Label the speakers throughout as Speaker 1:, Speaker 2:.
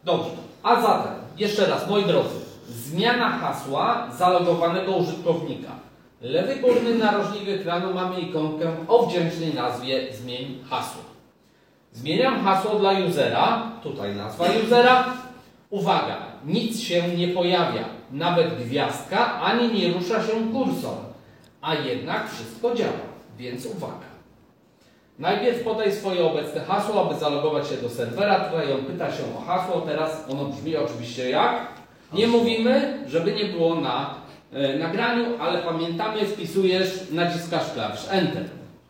Speaker 1: Dobrze. A zatem, jeszcze raz, moi drodzy, zmiana hasła zalogowanego użytkownika. Lewy górny narożnik ekranu mamy ikonkę o wdzięcznej nazwie Zmień hasło. Zmieniam hasło dla usera, tutaj nazwa usera. Uwaga, nic się nie pojawia, nawet gwiazdka, ani nie rusza się kursor, a jednak wszystko działa, więc uwaga. Najpierw podaj swoje obecne hasło, aby zalogować się do serwera. Tutaj on pyta się o hasło, teraz ono brzmi oczywiście jak? Nie mówimy, żeby nie było na nagraniu, ale pamiętamy, wpisujesz, naciskasz klawisz Enter.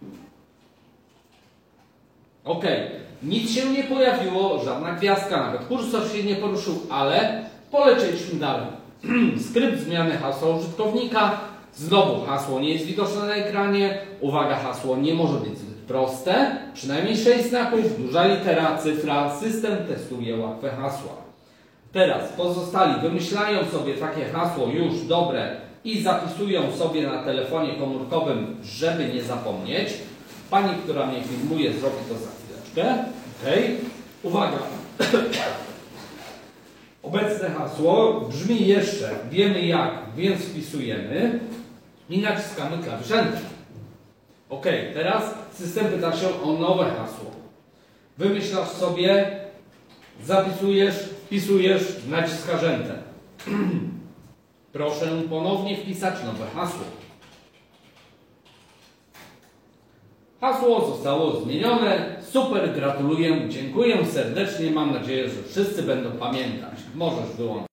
Speaker 1: OK. Nic się nie pojawiło, żadna gwiazdka, nawet kursor się nie poruszył, ale polecieliśmy dalej. Skrypt zmiany hasła użytkownika. Znowu hasło nie jest widoczne na ekranie. Uwaga, hasło nie może być zbyt proste. Przynajmniej 6 znaków, duża litera, cyfra. System testuje łatwe hasła. Teraz pozostali wymyślają sobie takie hasło już dobre i zapisują sobie na telefonie komórkowym, żeby nie zapomnieć. Pani, która mnie filmuje, zrobi to za chwileczkę. OK. Uwaga. Obecne hasło brzmi jeszcze, wiemy jak, więc wpisujemy i naciskamy klawisz Enter. OK. Teraz system pyta się o nowe hasło. Wymyślasz sobie, zapisujesz, wpisujesz, naciskasz Enter. Proszę ponownie wpisać nowe hasło. Hasło zostało zmienione. Super, gratuluję, dziękuję serdecznie. Mam nadzieję, że wszyscy będą pamiętać. Możesz wyłączyć